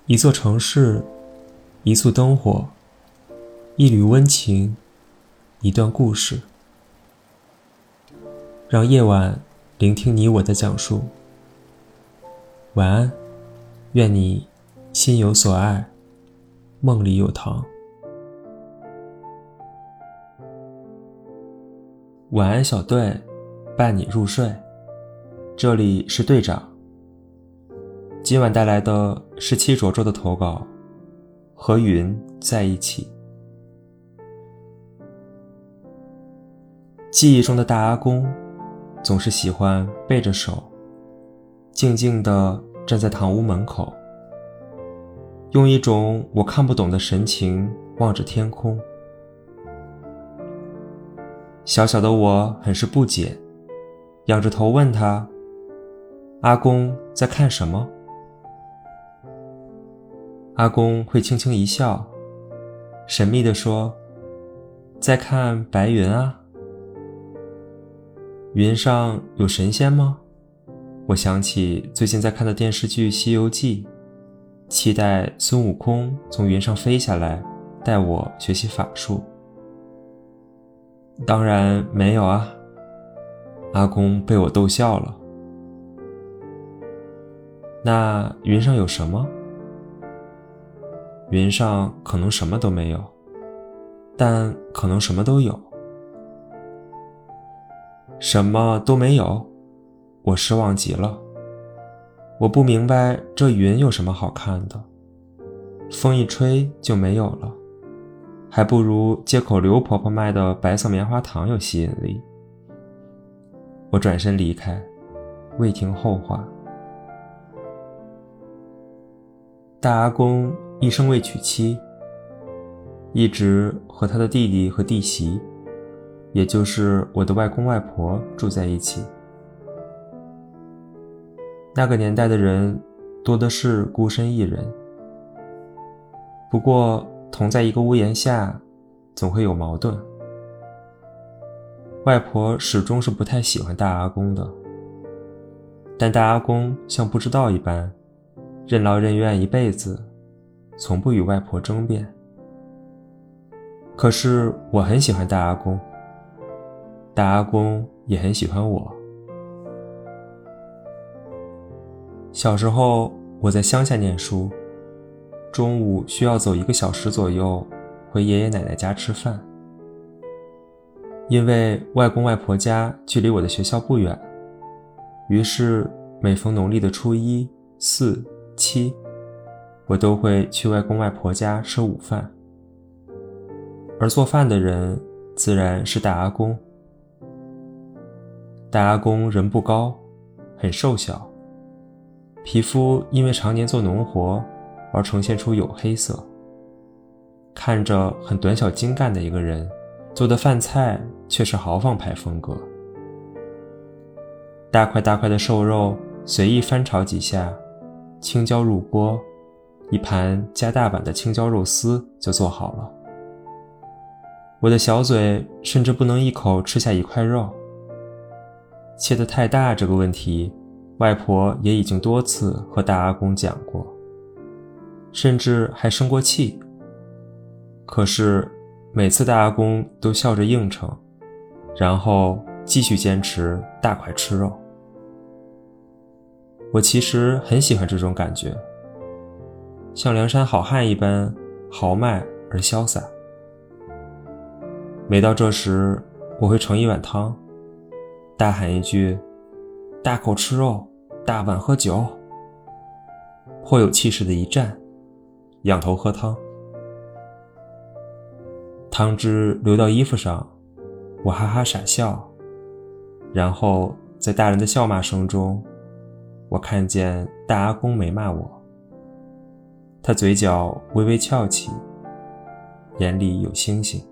一座城市，一簇灯火，一缕温情，一段故事。让夜晚聆听你我的讲述。晚安，愿你心有所爱，梦里有糖。晚安小队，伴你入睡。这里是队长。今晚带来的是七卓卓的投稿，和云在一起。记忆中的大阿公总是喜欢背着手，静静地站在堂屋门口，用一种我看不懂的神情望着天空。小小的我很是不解，仰着头问他，阿公在看什么？阿公会轻轻一笑，神秘地说，在看白云啊。云上有神仙吗？我想起最近在看的电视剧《西游记》，期待孙悟空从云上飞下来，带我学习法术。当然没有啊，阿公被我逗笑了。那云上有什么？云上可能什么都没有，但可能什么都有。什么都没有，我失望极了。我不明白这云有什么好看的，风一吹就没有了，还不如街口刘婆婆卖的白色棉花糖有吸引力。我转身离开，未听后话。大阿公一生未娶妻，一直和他的弟弟和弟媳，也就是我的外公外婆住在一起。那个年代的人多的是孤身一人，不过同在一个屋檐下，总会有矛盾。外婆始终是不太喜欢大阿公的，但大阿公像不知道一般，任劳任怨一辈子，从不与外婆争辩。可是我很喜欢大阿公，大阿公也很喜欢我。小时候我在乡下念书，中午需要走1个小时左右回爷爷奶奶家吃饭。因为外公外婆家距离我的学校不远，于是每逢农历的初1、4、7，我都会去外公外婆家吃午饭。而做饭的人自然是大阿公。大阿公人不高，很瘦小，皮肤因为常年做农活而呈现出黝黑色，看着很短小精干的一个人，做的饭菜却是豪放派风格。大块大块的瘦肉随意翻炒几下，青椒入锅，一盘加大版的青椒肉丝就做好了。我的小嘴甚至不能一口吃下1块肉。切得太大这个问题，外婆也已经多次和大阿公讲过，甚至还生过气。可是每次大阿公都笑着应承，然后继续坚持大块吃肉。我其实很喜欢这种感觉，像梁山好汉一般豪迈而潇洒。每到这时，我会盛1碗汤，大喊一句，大口吃肉，大碗喝酒，颇有气势的一站，仰头喝汤。汤汁流到衣服上，我哈哈傻笑，然后在大人的笑骂声中，我看见大阿公没骂我，他嘴角微微翘起，眼里有星星。